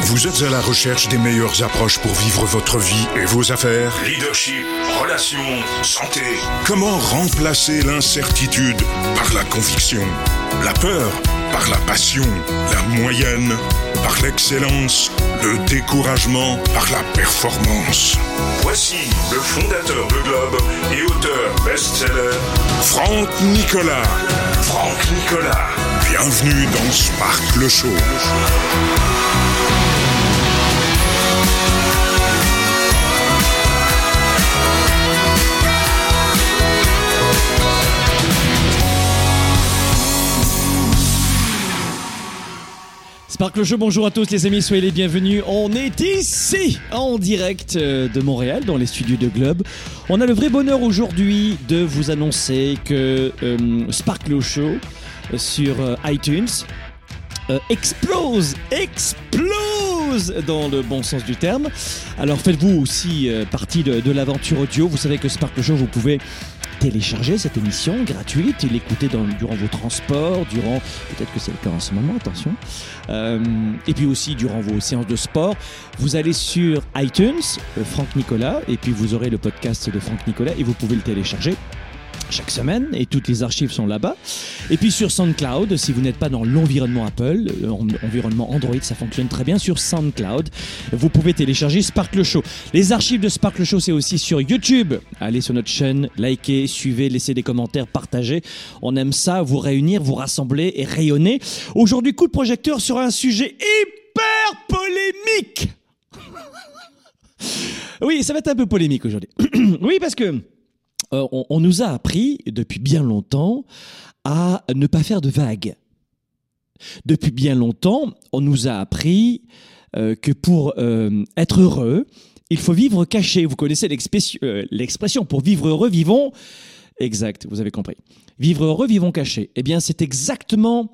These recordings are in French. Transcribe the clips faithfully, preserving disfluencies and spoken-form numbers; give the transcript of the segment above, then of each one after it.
Vous êtes à la recherche des meilleures approches pour vivre votre vie et vos affaires? Leadership, relations, santé. Comment remplacer l'incertitude par la conviction, la peur par la passion, la moyenne par l'excellence, le découragement par la performance? Voici le fondateur de Globe et auteur best-seller, Franck Nicolas. Franck Nicolas. Bienvenue dans Spark le Show. Spark le Show, bonjour à tous les amis, soyez les bienvenus. On est ici, en direct de Montréal, dans les studios de Globe. On a le vrai bonheur aujourd'hui de vous annoncer que euh, Spark le Show sur euh, iTunes euh, explose, explose dans le bon sens du terme. Alors faites-vous aussi euh, partie de, de l'aventure audio. Vous savez que Spark le Show, vous pouvez télécharger cette émission gratuite et l'écouter dans, durant vos transports, durant, peut-être que c'est le cas en ce moment, attention, euh, et puis aussi durant vos séances de sport. Vous allez sur iTunes, euh, Franck Nicolas, et puis vous aurez le podcast de Franck Nicolas et vous pouvez le télécharger chaque semaine et toutes les archives sont là-bas. Et puis sur SoundCloud, si vous n'êtes pas dans l'environnement Apple, l'environnement Android, ça fonctionne très bien sur SoundCloud. Vous pouvez télécharger Spark le Show. Les archives de Spark le Show, c'est aussi sur YouTube. Allez sur notre chaîne, likez, suivez, laissez des commentaires, partagez. On aime ça, vous réunir, vous rassembler et rayonner. Aujourd'hui, coup de projecteur sur un sujet hyper polémique. Oui, ça va être un peu polémique aujourd'hui. Oui, parce que Euh, on, on nous a appris depuis bien longtemps à ne pas faire de vagues. Depuis bien longtemps, on nous a appris euh, que pour euh, être heureux, il faut vivre caché. Vous connaissez l'expression, euh, l'expression pour vivre heureux, vivons... Exact, vous avez compris. Vivre heureux, vivons cachés. Eh bien, c'est exactement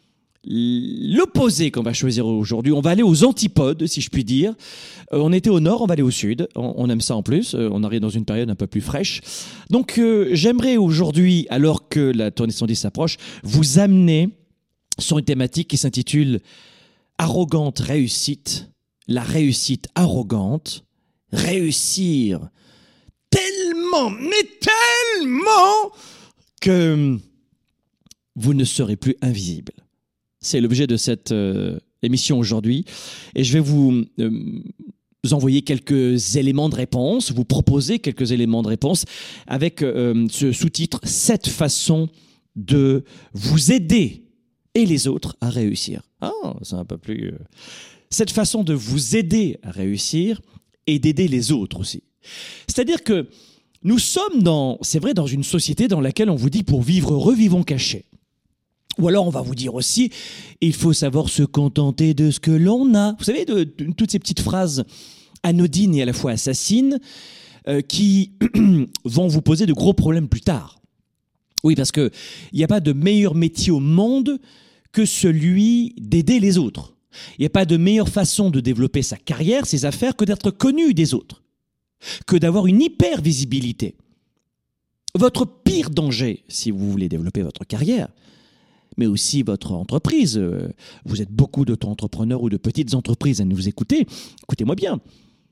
l'opposé qu'on va choisir aujourd'hui. On va aller aux antipodes, si je puis dire. Euh, on était au nord, on va aller au sud. On, on aime ça en plus. Euh, on arrive dans une période un peu plus fraîche. Donc, euh, j'aimerais aujourd'hui, alors que la tournée cent dix s'approche, vous amener sur une thématique qui s'intitule « Arrogante réussite ». La réussite arrogante. Réussir tellement, mais tellement que vous ne serez plus invisible. C'est l'objet de cette euh, émission aujourd'hui. Et je vais vous, euh, vous envoyer quelques éléments de réponse, vous proposer quelques éléments de réponse avec euh, ce sous-titre « Sept façons de vous aider et les autres à réussir ». Ah, c'est un peu plus... Euh... Cette façon de vous aider à réussir et d'aider les autres aussi. C'est-à-dire que nous sommes dans, c'est vrai, dans une société dans laquelle on vous dit pour vivre heureux, vivons cachés. Ou alors on va vous dire aussi, il faut savoir se contenter de ce que l'on a. Vous savez, de, de, toutes ces petites phrases anodines et à la fois assassines euh, qui vont vous poser de gros problèmes plus tard. Oui, parce qu'il n'y a pas de meilleur métier au monde que celui d'aider les autres. Il n'y a pas de meilleure façon de développer sa carrière, ses affaires, que d'être connu des autres, que d'avoir une hyper-visibilité. Votre pire danger, si vous voulez développer votre carrière, mais aussi votre entreprise. Vous êtes beaucoup d'auto-entrepreneurs ou de petites entreprises à nous écouter. Écoutez-moi bien.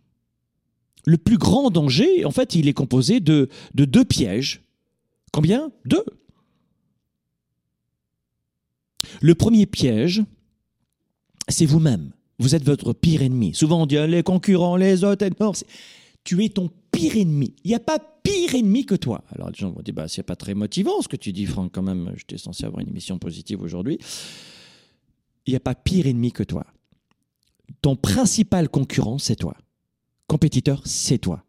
Le plus grand danger, en fait, il est composé de, de deux pièges. Combien? Deux. Le premier piège, c'est vous-même. Vous êtes votre pire ennemi. Souvent, on dit les concurrents, les autres. Non, tu es ton pire ennemi. Il n'y a pas pire ennemi que toi. Alors, les gens vont dire, bah, c'est pas très motivant ce que tu dis, Franck, quand même. J'étais censé avoir une émission positive aujourd'hui. Il n'y a pas pire ennemi que toi. Ton principal concurrent, c'est toi. Compétiteur, c'est toi.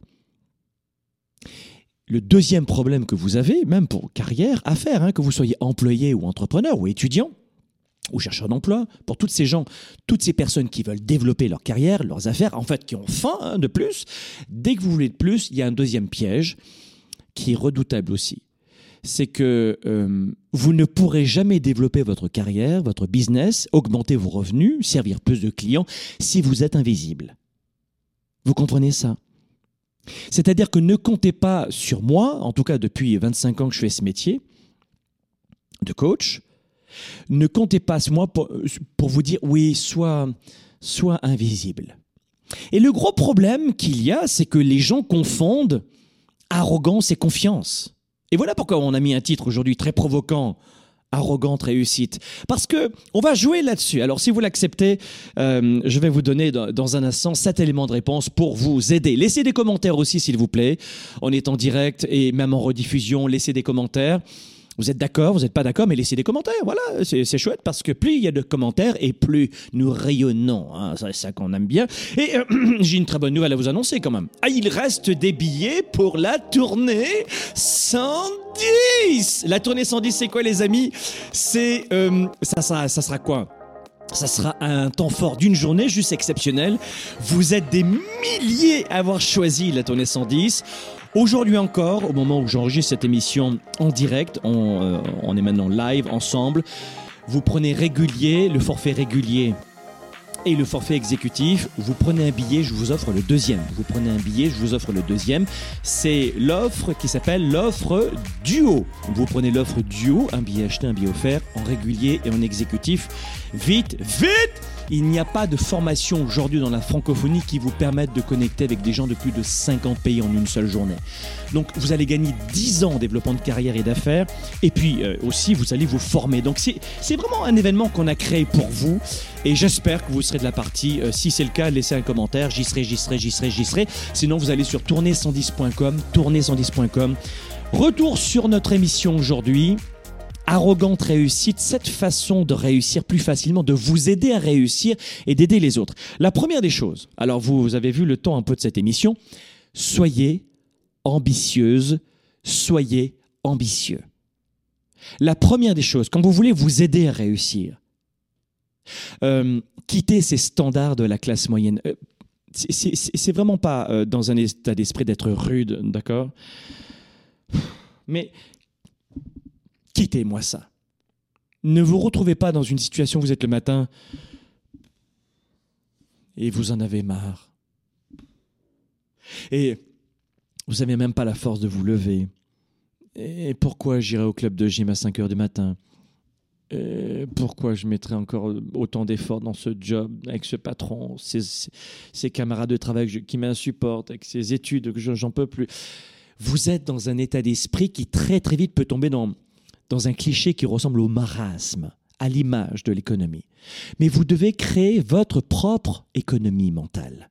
Le deuxième problème que vous avez, même pour carrière, à faire, hein, que vous soyez employé ou entrepreneur ou étudiant, ou chercheurs d'emploi, pour toutes ces gens, toutes ces personnes qui veulent développer leur carrière, leurs affaires, en fait, qui ont faim hein, de plus, dès que vous voulez de plus, il y a un deuxième piège qui est redoutable aussi. C'est que euh, vous ne pourrez jamais développer votre carrière, votre business, augmenter vos revenus, servir plus de clients, si vous êtes invisible. Vous comprenez ça? C'est-à-dire que ne comptez pas sur moi, en tout cas depuis vingt-cinq ans que je fais ce métier de coach. Ne comptez pas sur moi pour, pour vous dire, oui, sois, soit invisible. Et le gros problème qu'il y a, c'est que les gens confondent arrogance et confiance. Et voilà pourquoi on a mis un titre aujourd'hui très provoquant, arrogante réussite. Parce que on va jouer là-dessus. Alors si vous l'acceptez, euh, je vais vous donner dans, dans un instant sept éléments de réponse pour vous aider. Laissez des commentaires aussi s'il vous plaît. On est en direct et même en rediffusion, laissez des commentaires. Vous êtes d'accord, vous n'êtes pas d'accord, mais laissez des commentaires. Voilà, c'est, c'est chouette parce que plus il y a de commentaires et plus nous rayonnons. Hein, c'est ça qu'on aime bien. Et euh, j'ai une très bonne nouvelle à vous annoncer quand même. Ah, il reste des billets pour la tournée cent dix. La tournée cent dix, c'est quoi les amis? C'est euh, ça, ça, ça sera quoi? Ça sera un temps fort d'une journée juste exceptionnel. Vous êtes des milliers à avoir choisi la tournée cent dix. Aujourd'hui encore, au moment où j'enregistre cette émission en direct, on, euh, on est maintenant live ensemble, vous prenez régulier, le forfait régulier et le forfait exécutif, vous prenez un billet, je vous offre le deuxième. Vous prenez un billet, je vous offre le deuxième. C'est l'offre qui s'appelle l'offre duo. Vous prenez l'offre duo, un billet acheté, un billet offert, en régulier et en exécutif. Vite, vite! Il n'y a pas de formation aujourd'hui dans la francophonie qui vous permette de connecter avec des gens de plus de cinquante pays en une seule journée. Donc vous allez gagner dix ans en développement de carrière et d'affaires et puis euh, aussi vous allez vous former. Donc c'est, c'est vraiment un événement qu'on a créé pour vous et j'espère que vous serez de la partie. Euh, si c'est le cas, laissez un commentaire, j'y serai, j'y serai, j'y serai, j'y serai. Sinon vous allez sur tournée cent dix point com, tournée cent dix point com. Retour sur notre émission aujourd'hui. Arrogante réussite, cette façon de réussir plus facilement, de vous aider à réussir et d'aider les autres. La première des choses, alors vous avez vu le temps un peu de cette émission, soyez ambitieuse, soyez ambitieux. La première des choses, quand vous voulez vous aider à réussir, euh, quittez ces standards de la classe moyenne. Euh, c'est, c'est, c'est vraiment pas euh, dans un état d'esprit d'être rude, d'accord ? Mais quittez-moi ça. Ne vous retrouvez pas dans une situation où vous êtes le matin et vous en avez marre. Et vous n'avez même pas la force de vous lever. Et pourquoi j'irai au club de gym à cinq heures du matin ? Et pourquoi je mettrai encore autant d'efforts dans ce job, avec ce patron, ces, ces camarades de travail qui m'insupportent, avec ces études que j'en peux plus. Vous êtes dans un état d'esprit qui très très vite peut tomber dans... dans un cliché qui ressemble au marasme, à l'image de l'économie. Mais vous devez créer votre propre économie mentale.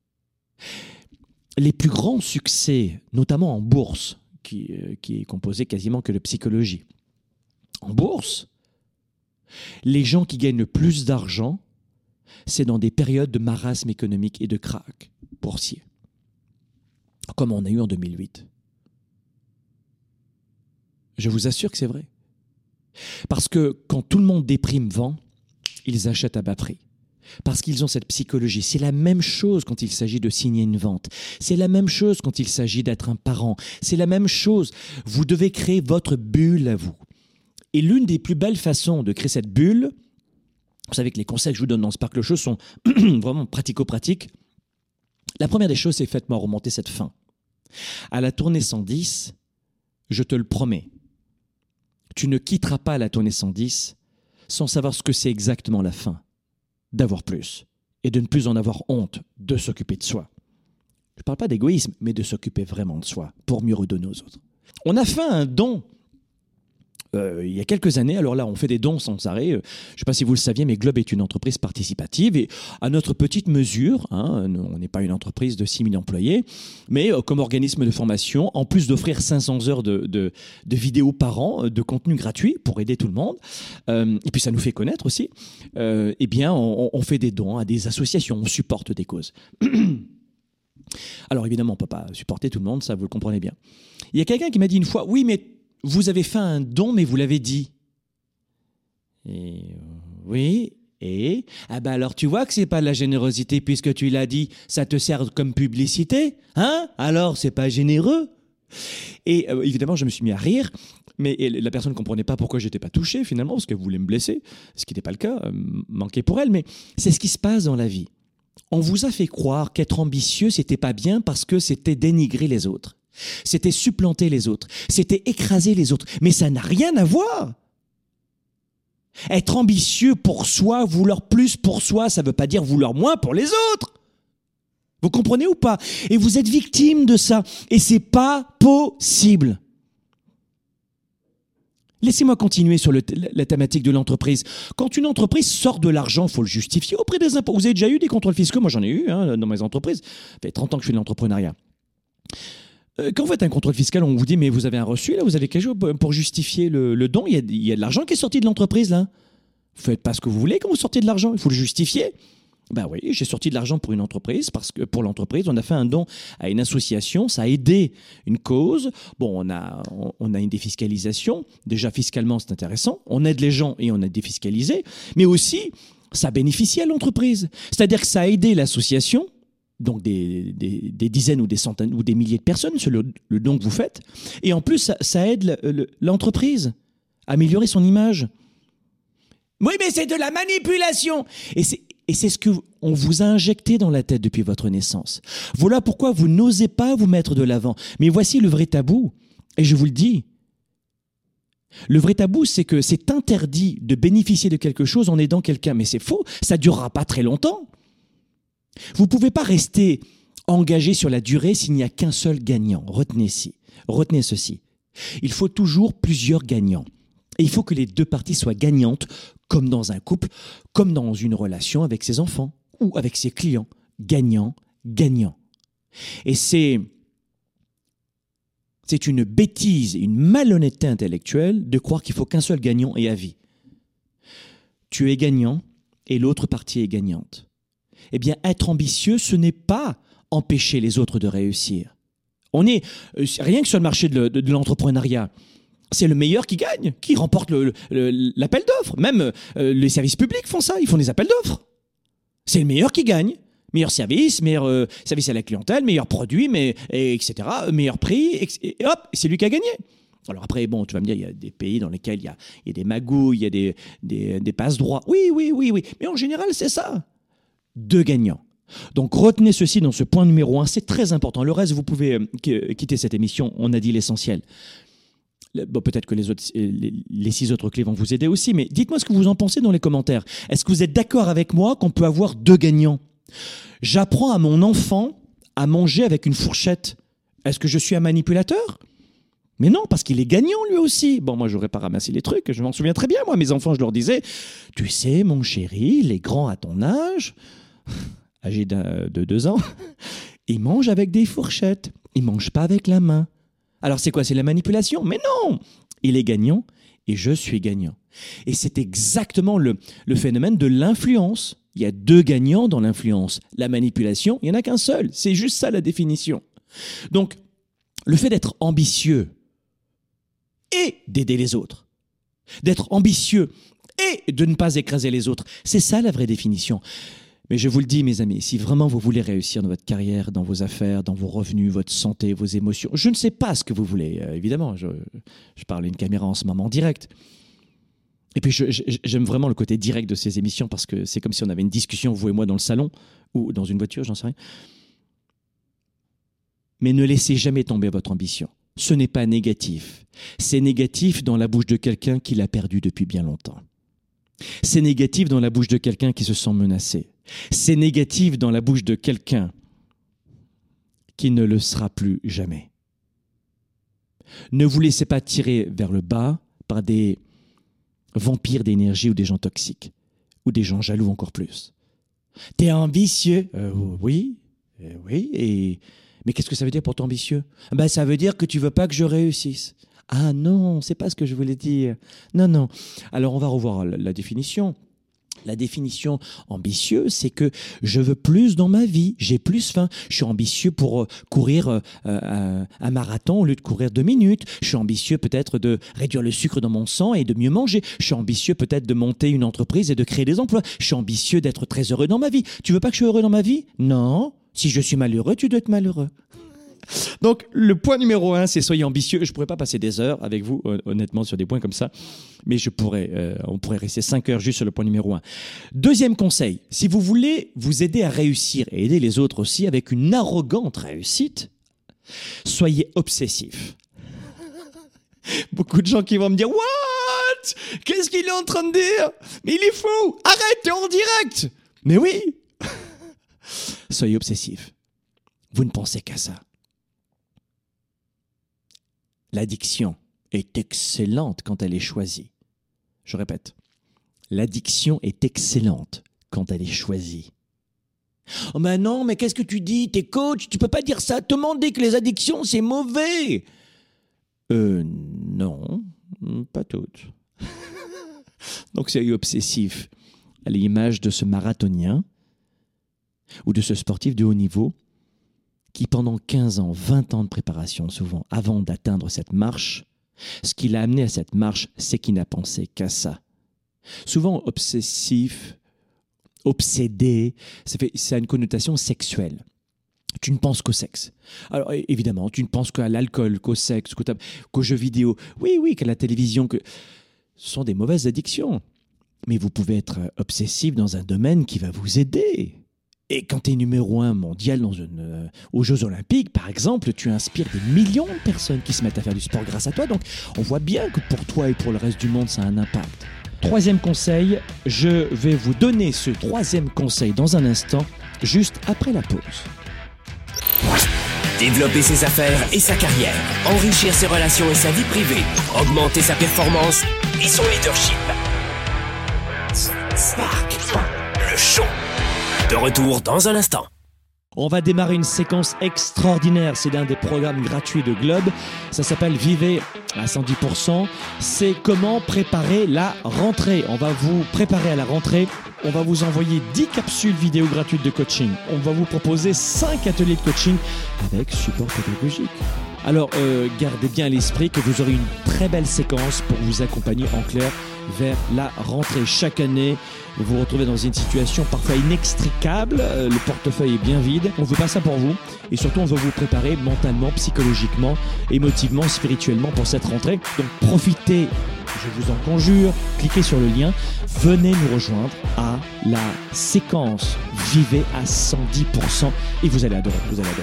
Les plus grands succès, notamment en bourse, qui, euh, qui est composé quasiment que de psychologie. En bourse, les gens qui gagnent le plus d'argent, c'est dans des périodes de marasme économique et de krach boursier, comme on a eu en deux mille huit. Je vous assure que c'est vrai. Parce que quand tout le monde déprime, vend, ils achètent à bas prix. Parce qu'ils ont cette psychologie. C'est la même chose quand il s'agit de signer une vente. C'est la même chose quand il s'agit d'être un parent. C'est la même chose. Vous devez créer votre bulle à vous. Et l'une des plus belles façons de créer cette bulle, vous savez que les conseils que je vous donne dans Sparkle Show sont vraiment pratico-pratiques. La première des choses, c'est faites-moi remonter cette fin. À la tournée cent dix, je te le promets, tu ne quitteras pas la tournée cent dix sans savoir ce que c'est exactement la fin, d'avoir plus et de ne plus en avoir honte, de s'occuper de soi. Je ne parle pas d'égoïsme, mais de s'occuper vraiment de soi pour mieux redonner aux autres. On a fait un don euh, il y a quelques années, alors là on fait des dons sans arrêt, je ne sais pas si vous le saviez, mais Globe est une entreprise participative et à notre petite mesure, hein, on n'est pas une entreprise de six mille employés, mais euh, comme organisme de formation, en plus d'offrir cinq cents heures de, de, de vidéos par an, de contenu gratuit pour aider tout le monde, euh, et puis ça nous fait connaître aussi, euh, eh bien on, on fait des dons à des associations, on supporte des causes. Alors évidemment on ne peut pas supporter tout le monde, ça vous le comprenez bien. Il y a quelqu'un qui m'a dit une fois, oui mais vous avez fait un don, mais vous l'avez dit. Et euh, oui, et ah ben alors tu vois que c'est pas de la générosité puisque tu l'as dit, ça te sert comme publicité, hein ? Alors c'est pas généreux. Et euh, évidemment, je me suis mis à rire, mais la personne ne comprenait pas pourquoi j'étais pas touché finalement, parce qu'elle voulait me blesser, ce qui n'était pas le cas, euh, manquait pour elle. Mais c'est ce qui se passe dans la vie. On vous a fait croire qu'être ambitieux, c'était pas bien parce que c'était dénigrer les autres. C'était supplanter les autres, c'était écraser les autres. Mais ça n'a rien à voir. Être ambitieux pour soi, vouloir plus pour soi, ça ne veut pas dire vouloir moins pour les autres. Vous comprenez ou pas? Et vous êtes victime de ça. Et c'est pas possible. Laissez-moi continuer sur le, la thématique de l'entreprise. Quand une entreprise sort de l'argent, il faut le justifier auprès des impôts. Vous avez déjà eu des contrôles fiscaux? Moi, j'en ai eu hein, dans mes entreprises. Ça fait trente ans que je fais de l'entrepreneuriat. Euh, quand vous faites un contrôle fiscal, on vous dit, mais vous avez un reçu, là, vous avez quelque chose pour justifier le, le don. Il y, a, il y a de l'argent qui est sorti de l'entreprise, là. Vous faites pas ce que vous voulez quand vous sortez de l'argent. Il faut le justifier. Ben oui, j'ai sorti de l'argent pour une entreprise, parce que pour l'entreprise, on a fait un don à une association, ça a aidé une cause. Bon, on a, on a une défiscalisation. Déjà, fiscalement, c'est intéressant. On aide les gens et on a défiscalisé. Mais aussi, ça bénéficie à l'entreprise. C'est-à-dire que ça a aidé l'association, donc des, des, des dizaines ou des centaines ou des milliers de personnes, c'est le, le don que vous faites. Et en plus, ça, ça aide le, le, l'entreprise à améliorer son image. Oui, mais c'est de la manipulation. Et c'est Et c'est ce qu'on vous a injecté dans la tête depuis votre naissance. Voilà pourquoi vous n'osez pas vous mettre de l'avant. Mais voici le vrai tabou. Et je vous le dis. Le vrai tabou, c'est que c'est interdit de bénéficier de quelque chose en aidant quelqu'un. Mais c'est faux. Ça ne durera pas très longtemps. Vous ne pouvez pas rester engagé sur la durée s'il n'y a qu'un seul gagnant. Retenez ci. Retenez ceci. Il faut toujours plusieurs gagnants. Et il faut que les deux parties soient gagnantes, comme dans un couple, comme dans une relation avec ses enfants ou avec ses clients. Gagnant, gagnant. Et c'est, c'est une bêtise, une malhonnêteté intellectuelle de croire qu'il faut qu'un seul gagnant et à vie. Tu es gagnant et l'autre partie est gagnante. Eh bien, être ambitieux, ce n'est pas empêcher les autres de réussir. On est, rien que sur le marché de, de, de l'entrepreneuriat, c'est le meilleur qui gagne, qui remporte le, le, l'appel d'offres. Même euh, les services publics font ça, ils font des appels d'offres. C'est le meilleur qui gagne. Meilleur service, meilleur euh, service à la clientèle, meilleur produit, mais, et, etc., meilleur prix, et, et hop, c'est lui qui a gagné. Alors après, bon, tu vas me dire, il y a des pays dans lesquels il y a, il y a des magouilles, il y a des, des, des passe-droits. Oui, oui, oui, oui. Mais en général, c'est ça. Deux gagnants. Donc retenez ceci dans ce point numéro un, c'est très important. Le reste, vous pouvez euh, quitter cette émission, on a dit l'essentiel. Bon, peut-être que les, autres, les, les six autres clés vont vous aider aussi, mais dites-moi ce que vous en pensez dans les commentaires. Est-ce que vous êtes d'accord avec moi qu'on peut avoir deux gagnants? J'apprends à mon enfant à manger avec une fourchette. Est-ce que je suis un manipulateur? Mais non, parce qu'il est gagnant lui aussi. Bon, moi, je n'aurais pas ramassé les trucs, je m'en souviens très bien. Moi, mes enfants, je leur disais, tu sais, mon chéri, les grands à ton âge, âgés de deux ans, ils mangent avec des fourchettes. Ils ne mangent pas avec la main. Alors c'est quoi? C'est la manipulation? Mais non! Il est gagnant et je suis gagnant. Et c'est exactement le, le phénomène de l'influence. Il y a deux gagnants dans l'influence. La manipulation, il n'y en a qu'un seul. C'est juste ça la définition. Donc, le fait d'être ambitieux et d'aider les autres, d'être ambitieux et de ne pas écraser les autres, c'est ça la vraie définition. Mais je vous le dis, mes amis, si vraiment vous voulez réussir dans votre carrière, dans vos affaires, dans vos revenus, votre santé, vos émotions, je ne sais pas ce que vous voulez, euh, évidemment. Je, je parle à une caméra en ce moment en direct. Et puis, je, je, j'aime vraiment le côté direct de ces émissions parce que c'est comme si on avait une discussion, vous et moi, dans le salon ou dans une voiture, j'en sais rien. Mais ne laissez jamais tomber votre ambition. Ce n'est pas négatif. C'est négatif dans la bouche de quelqu'un qui l'a perdu depuis bien longtemps. C'est négatif dans la bouche de quelqu'un qui se sent menacé. C'est négatif dans la bouche de quelqu'un qui ne le sera plus jamais. Ne vous laissez pas tirer vers le bas par des vampires d'énergie ou des gens toxiques ou des gens jaloux encore plus. T'es ambitieux? euh, Oui, euh, oui. Et mais qu'est-ce que ça veut dire pour t'es ambitieux? Ben, ça veut dire que tu veux pas que je réussisse. Ah non, c'est pas ce que je voulais dire. Non, non. Alors on va revoir la, la définition. La définition ambitieux, c'est que je veux plus dans ma vie, j'ai plus faim. Je suis ambitieux pour euh, courir euh, un, un marathon au lieu de courir deux minutes. Je suis ambitieux peut-être de réduire le sucre dans mon sang et de mieux manger. Je suis ambitieux peut-être de monter une entreprise et de créer des emplois. Je suis ambitieux d'être très heureux dans ma vie. Tu veux pas que je sois heureux dans ma vie? Non. Si je suis malheureux, tu dois être malheureux. Donc, le point numéro un, c'est soyez ambitieux. Je ne pourrais pas passer des heures avec vous, honnêtement, sur des points comme ça. Mais je pourrais, euh, on pourrait rester cinq heures juste sur le point numéro un. Deuxième conseil, si vous voulez vous aider à réussir et aider les autres aussi avec une arrogante réussite, soyez obsessif. Beaucoup de gens qui vont me dire « What ? What? Qu'est-ce qu'il est en train de dire? Mais il est fou! Arrête, t'es en direct! Mais oui! Soyez obsessif. Vous ne pensez qu'à ça. L'addiction est excellente quand elle est choisie. Je répète, l'addiction est excellente quand elle est choisie. Oh ben non, mais qu'est-ce que tu dis? T'es coach, tu peux pas dire ça. Tout le monde dit que les addictions, c'est mauvais. Euh, non, pas toutes. Donc c'est obsessif. À l'image de ce marathonien ou de ce sportif de haut niveau qui, pendant quinze ans, vingt ans de préparation, souvent, avant d'atteindre cette marche, ce qui l'a amené à cette marche, c'est qu'il n'a pensé qu'à ça. Souvent obsessif, obsédé, ça, fait, ça a une connotation sexuelle. Tu ne penses qu'au sexe. Alors évidemment, tu ne penses qu'à l'alcool, qu'au sexe, qu'au, qu'aux jeux vidéo. Oui, oui, qu'à la télévision. Que... Ce sont des mauvaises addictions. Mais vous pouvez être obsessif dans un domaine qui va vous aider. Et quand tu es numéro un mondial dans une, euh, aux Jeux Olympiques, par exemple, tu inspires des millions de personnes qui se mettent à faire du sport grâce à toi. Donc on voit bien que pour toi et pour le reste du monde, ça a un impact. Troisième conseil, je vais vous donner ce troisième conseil dans un instant, juste après la pause. Développer ses affaires et sa carrière, enrichir ses relations et sa vie privée, augmenter sa performance et son leadership. Spark, le show. De retour dans un instant. On va démarrer une séquence extraordinaire. C'est l'un des programmes gratuits de Globe. Ça s'appelle Vivez à cent dix pour cent. C'est comment préparer la rentrée. On va vous préparer à la rentrée. On va vous envoyer dix capsules vidéo gratuites de coaching. On va vous proposer cinq ateliers de coaching avec support pédagogique. Alors, euh, gardez bien à l'esprit que vous aurez une très belle séquence pour vous accompagner en clair vers la rentrée. Chaque année, vous vous retrouvez dans une situation parfois inextricable, le portefeuille est bien vide. On ne veut pas ça pour vous et surtout on veut vous préparer mentalement, psychologiquement, émotivement, spirituellement pour cette rentrée. Donc profitez, je vous en conjure, cliquez sur le lien, venez nous rejoindre à la séquence Vivez à cent dix pour cent et vous allez adorer, vous allez adorer.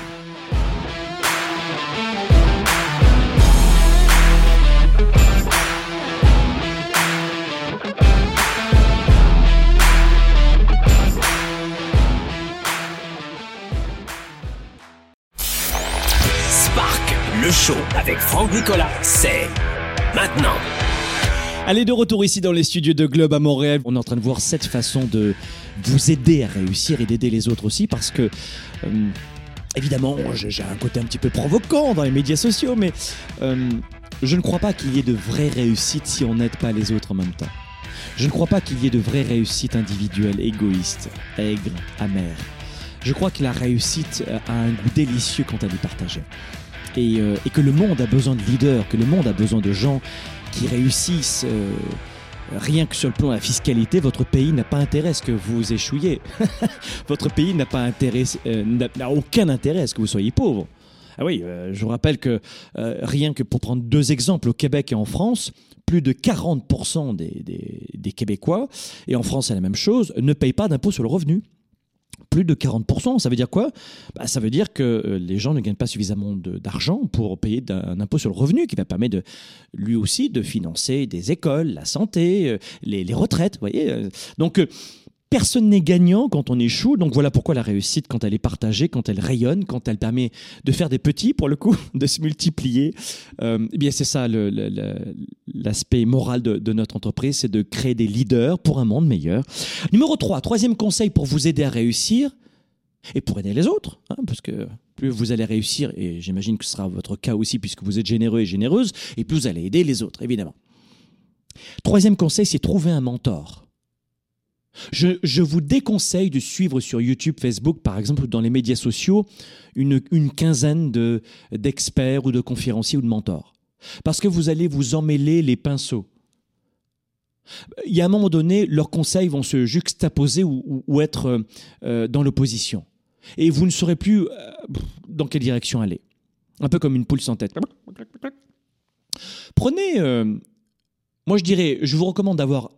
Le show avec Franck Nicolas, c'est maintenant. Allez, de retour ici dans les studios de Globe à Montréal. On est en train de voir cette façon de vous aider à réussir et d'aider les autres aussi parce que, euh, évidemment, j'ai un côté un petit peu provoquant dans les médias sociaux, mais euh, je ne crois pas qu'il y ait de vraie réussite si on n'aide pas les autres en même temps. Je ne crois pas qu'il y ait de vraie réussite individuelle, égoïste, aigre, amère. Je crois que la réussite a un goût délicieux quand elle est partagée. Et, euh, et que le monde a besoin de leaders, que le monde a besoin de gens qui réussissent. Euh, rien que sur le plan de la fiscalité, votre pays n'a pas intérêt à ce que vous échouiez. Votre pays n'a pas intérêt, euh, n'a, n'a aucun intérêt à ce que vous soyez pauvre. Ah oui, euh, je vous rappelle que euh, rien que pour prendre deux exemples, au Québec et en France, plus de quarante pour cent des, des, des Québécois, et en France c'est la même chose, ne payent pas d'impôt sur le revenu. Plus de quarante pour cent, ça veut dire quoi? Bah, ça veut dire que les gens ne gagnent pas suffisamment de, d'argent pour payer un impôt sur le revenu qui va permettre de, lui aussi de financer des écoles, la santé, les, les retraites. Vous voyez. Donc, personne n'est gagnant quand on échoue. Donc, voilà pourquoi la réussite, quand elle est partagée, quand elle rayonne, quand elle permet de faire des petits, pour le coup, de se multiplier, euh, eh bien, c'est ça le, le, le, l'aspect moral de, de notre entreprise, c'est de créer des leaders pour un monde meilleur. Numéro trois, troisième conseil pour vous aider à réussir et pour aider les autres, hein, parce que plus vous allez réussir, et j'imagine que ce sera votre cas aussi puisque vous êtes généreux et généreuse, et plus vous allez aider les autres, évidemment. Troisième conseil, c'est trouver un mentor. Je, je vous déconseille de suivre sur YouTube, Facebook, par exemple, ou dans les médias sociaux, une, une quinzaine de, d'experts ou de conférenciers ou de mentors. Parce que vous allez vous emmêler les pinceaux. Il y a un moment donné, leurs conseils vont se juxtaposer ou, ou, ou être euh, dans l'opposition. Et vous ne saurez plus euh, dans quelle direction aller. Un peu comme une poule sans tête. Prenez, euh, moi je dirais, je vous recommande d'avoir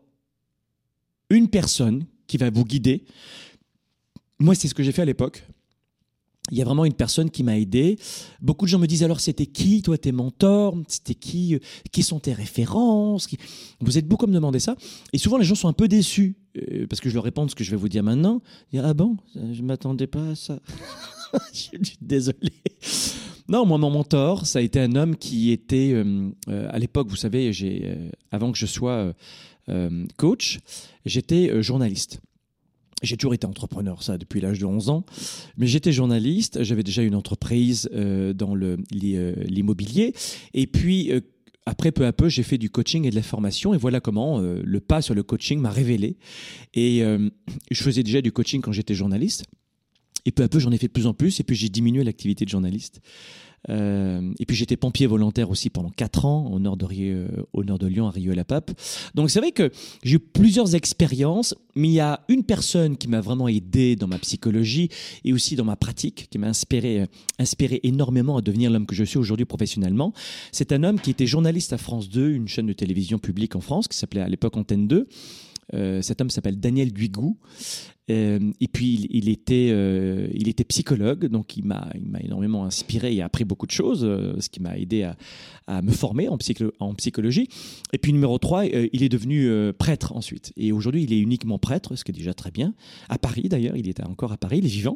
une personne qui va vous guider. Moi, c'est ce que j'ai fait à l'époque. il y a vraiment une personne qui m'a aidé. Beaucoup de gens me disent alors c'était qui toi tes mentors, c'était qui, euh, qui sont tes références qui... Vous êtes beaucoup à me demander ça. Et souvent les gens sont un peu déçus euh, parce que je leur réponds ce que je vais vous dire maintenant. Ils disent, ah bon, je ne m'attendais pas à ça. Je suis désolé. Non, moi mon mentor, ça a été un homme qui était euh, euh, à l'époque, vous savez, j'ai, euh, avant que je sois euh, euh, coach, j'étais euh, journaliste. J'ai toujours été entrepreneur, ça, depuis l'âge de onze ans. Mais j'étais journaliste, j'avais déjà une entreprise euh, dans le, l'immobilier. Et puis, euh, après, peu à peu, j'ai fait du coaching et de la formation. Et voilà comment euh, le pas sur le coaching m'a révélé. Et euh, je faisais déjà du coaching quand j'étais journaliste. Et peu à peu, j'en ai fait de plus en plus. Et puis, j'ai diminué l'activité de journaliste. Euh, et puis j'étais pompier volontaire aussi pendant quatre ans au nord de, Rieux, au nord de Lyon, à Rieux-la-Pape. Donc c'est vrai que j'ai eu plusieurs expériences, mais il y a une personne qui m'a vraiment aidé dans ma psychologie et aussi dans ma pratique, qui m'a inspiré, inspiré énormément à devenir l'homme que je suis aujourd'hui professionnellement. C'est un homme qui était journaliste à France deux, une chaîne de télévision publique en France, qui s'appelait à l'époque Antenne deux. Euh, cet homme s'appelle Daniel Duigou. Euh, et puis il, il, était, euh, il était psychologue, donc il m'a, il m'a énormément inspiré et appris beaucoup de choses, euh, ce qui m'a aidé à, à me former en, psycho, en psychologie. Et puis numéro trois, euh, il est devenu euh, prêtre ensuite. Et aujourd'hui, il est uniquement prêtre, ce qui est déjà très bien. À Paris d'ailleurs, il était encore à Paris, il est vivant.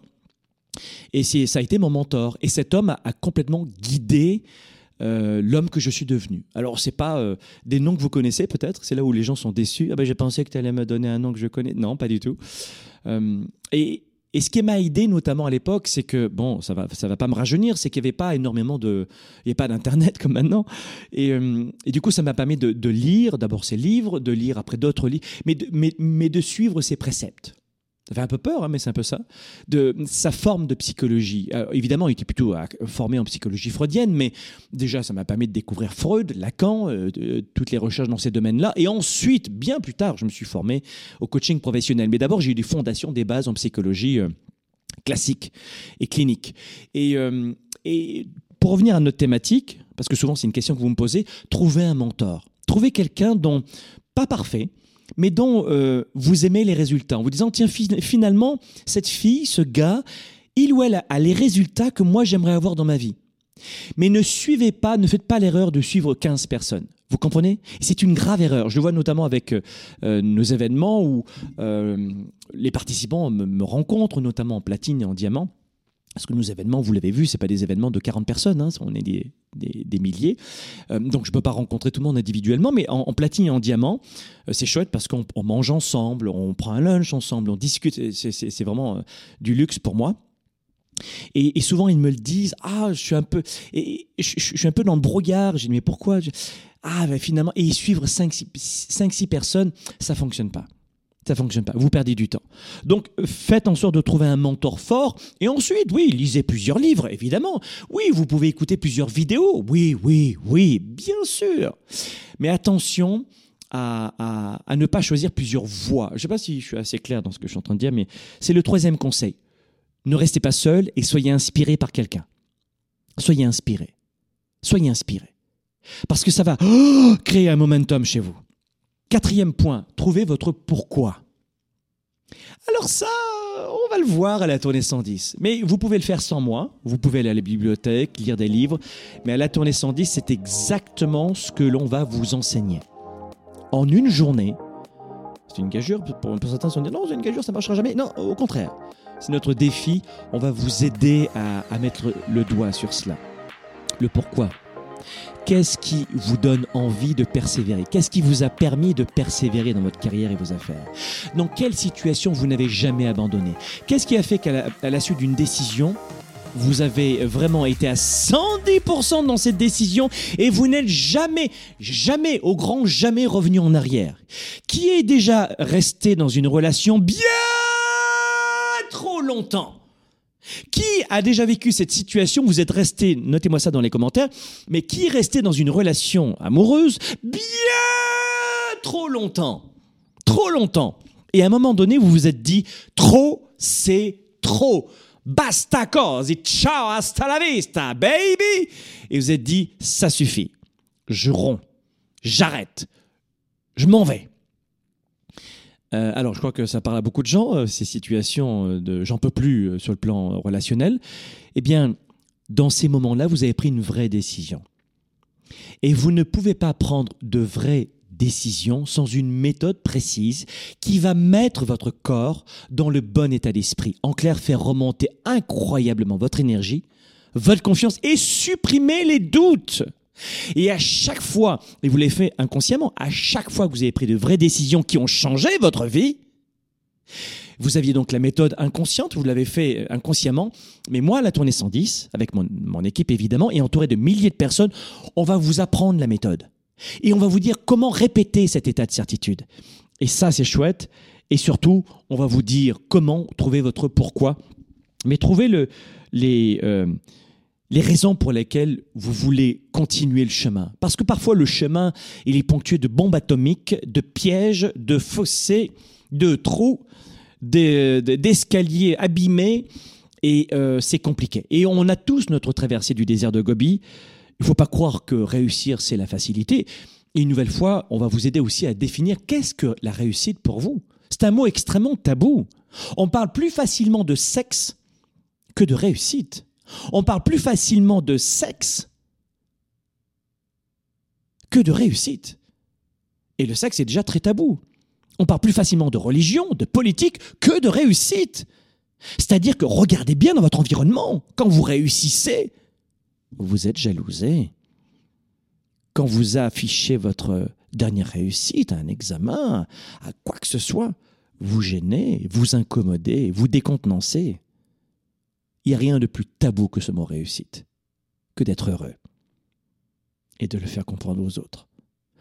Et c'est, ça a été mon mentor. Et cet homme a, a complètement guidé Euh, l'homme que je suis devenu. Alors, c'est pas euh, des noms que vous connaissez peut-être, c'est là où les gens sont déçus. Ah ben, j'ai pensé que tu allais me donner un nom que je connais. Non, pas du tout. Euh, et, et ce qui m'a aidé notamment à l'époque, c'est que, bon, ça va, ça va pas me rajeunir, c'est qu'il n'y avait pas énormément de... Il n'y avait pas d'Internet comme maintenant. Et, euh, et du coup, ça m'a permis de, de lire d'abord ses livres, de lire après d'autres livres, mais de, mais, mais de suivre ses préceptes. Ça fait un peu peur, hein, mais c'est un peu ça. De sa forme de psychologie. Alors, évidemment, il était plutôt formé en psychologie freudienne, mais déjà, ça m'a permis de découvrir Freud, Lacan, euh, de, toutes les recherches dans ces domaines-là. Et ensuite, bien plus tard, je me suis formé au coaching professionnel. Mais d'abord, j'ai eu des fondations, des bases en psychologie euh, classique et clinique. Et, euh, et pour revenir à notre thématique, parce que souvent, c'est une question que vous me posez, trouver un mentor. Trouver quelqu'un dont, pas parfait, mais dont euh, vous aimez les résultats, en vous disant, tiens, fi- finalement, cette fille, ce gars, il ou elle a, a les résultats que moi, j'aimerais avoir dans ma vie. Mais ne suivez pas, ne faites pas l'erreur de suivre quinze personnes. Vous comprenez ? C'est une grave erreur. Je le vois notamment avec euh, nos événements où euh, les participants me, me rencontrent, notamment en platine et en diamant. Parce que nos événements, vous l'avez vu, ce n'est pas des événements de quarante personnes, hein, on est des, des, des milliers. Euh, donc je ne peux pas rencontrer tout le monde individuellement, mais en, en platine et en diamant, euh, c'est chouette parce qu'on on mange ensemble, on prend un lunch ensemble, on discute. C'est, c'est, c'est vraiment euh, du luxe pour moi. Et, et souvent, ils me le disent, ah, je suis un peu, et, et je, je suis un peu dans le brouillard. J'ai dit, mais pourquoi ? Ah, ben finalement, et suivre cinq six personnes, ça ne fonctionne pas. Ça ne fonctionne pas. Vous perdez du temps. Donc, faites en sorte de trouver un mentor fort. Et ensuite, oui, lisez plusieurs livres, évidemment. Oui, vous pouvez écouter plusieurs vidéos. Oui, oui, oui, bien sûr. Mais attention à, à, à ne pas choisir plusieurs voies. Je ne sais pas si je suis assez clair dans ce que je suis en train de dire, mais c'est le troisième conseil. Ne restez pas seul et soyez inspiré par quelqu'un. Soyez inspiré. Soyez inspiré. Parce que ça va oh, créer un momentum chez vous. Quatrième point, trouvez votre pourquoi. Alors ça, on va le voir à la tournée cent dix. Mais vous pouvez le faire sans moi. Vous pouvez aller à la bibliothèque, lire des livres. Mais à la tournée cent dix, c'est exactement ce que l'on va vous enseigner. En une journée, c'est une gageure. Pour, pour certains, on dit non, c'est une gageure, ça ne marchera jamais. Non, au contraire. C'est notre défi. On va vous aider à, à mettre le doigt sur cela. Le pourquoi. Qu'est-ce qui vous donne envie de persévérer ? Qu'est-ce qui vous a permis de persévérer dans votre carrière et vos affaires ? Dans quelle situation vous n'avez jamais abandonné ? Qu'est-ce qui a fait qu'à la, à la suite d'une décision, vous avez vraiment été à cent dix pour cent dans cette décision et vous n'êtes jamais, jamais, au grand jamais revenu en arrière ? Qui est déjà resté dans une relation bien trop longtemps ? Qui a déjà vécu cette situation ? Vous êtes resté, notez-moi ça dans les commentaires, mais qui est resté dans une relation amoureuse bien trop longtemps ? Trop longtemps. Et à un moment donné, vous vous êtes dit, trop, c'est trop. Basta così, ciao, hasta la vista, baby. Et vous êtes dit, ça suffit. Je romps, j'arrête, je m'en vais. Euh, alors, je crois que ça parle à beaucoup de gens, euh, ces situations de j'en peux plus euh, sur le plan relationnel. Eh bien, dans ces moments-là, vous avez pris une vraie décision. Et vous ne pouvez pas prendre de vraies décisions sans une méthode précise qui va mettre votre corps dans le bon état d'esprit. En clair, faire remonter incroyablement votre énergie, votre confiance et supprimer les doutes. Et à chaque fois, et vous l'avez fait inconsciemment, à chaque fois que vous avez pris de vraies décisions qui ont changé votre vie, vous aviez donc la méthode inconsciente, vous l'avez fait inconsciemment, mais moi, à la tournée cent dix, avec mon, mon équipe évidemment, et entouré de milliers de personnes, on va vous apprendre la méthode. Et on va vous dire comment répéter cet état de certitude. Et ça, c'est chouette. Et surtout, on va vous dire comment trouver votre pourquoi, mais trouver le, les... Euh, les raisons pour lesquelles vous voulez continuer le chemin. Parce que parfois, le chemin, il est ponctué de bombes atomiques, de pièges, de fossés, de trous, de, de, d'escaliers abîmés, et euh, c'est compliqué. Et on a tous notre traversée du désert de Gobi. Il ne faut pas croire que réussir, c'est la facilité. Et une nouvelle fois, on va vous aider aussi à définir qu'est-ce que la réussite pour vous. C'est un mot extrêmement tabou. On parle plus facilement de sexe que de réussite. On parle plus facilement de sexe que de réussite. Et le sexe est déjà très tabou. On parle plus facilement de religion, de politique, que de réussite. C'est-à-dire que regardez bien dans votre environnement. Quand vous réussissez, vous êtes jalousé. Quand vous affichez votre dernière réussite à un examen, à quoi que ce soit, vous gênez, vous incommodez, vous décontenancez. Il n'y a rien de plus tabou que ce mot réussite, que d'être heureux et de le faire comprendre aux autres. Pourquoi ?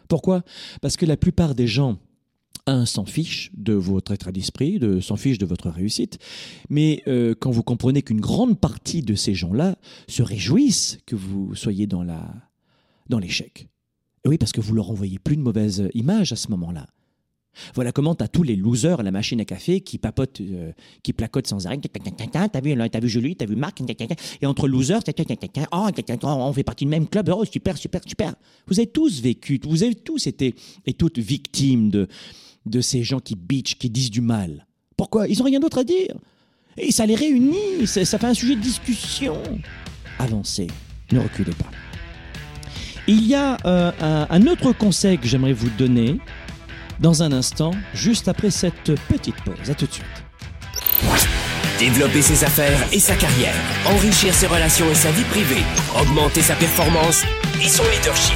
Parce que la plupart des gens, un, s'en fichent de votre état d'esprit, de, s'en fichent de votre réussite, mais euh, quand vous comprenez qu'une grande partie de ces gens-là se réjouissent que vous soyez dans, la, dans l'échec. Et oui, parce que vous leur envoyez plus de mauvaise image à ce moment-là. Voilà comment tu as tous les losers à la machine à café qui papotent, euh, qui placotent sans arrêt. T'as vu, t'as vu Julie, t'as vu Marc, et entre losers, oh, on fait partie du même club, oh, super, super, super. Vous avez tous vécu, vous avez tous été et toutes victimes de, de ces gens qui bitchent, qui disent du mal. Pourquoi ? Ils n'ont rien d'autre à dire. Et ça les réunit, ça, ça fait un sujet de discussion. Avancez, ne reculez pas. Il y a euh, un, un autre conseil que j'aimerais vous donner dans un instant, juste après cette petite pause. À tout de suite. Développer ses affaires et sa carrière, enrichir ses relations et sa vie privée, augmenter sa performance et son leadership.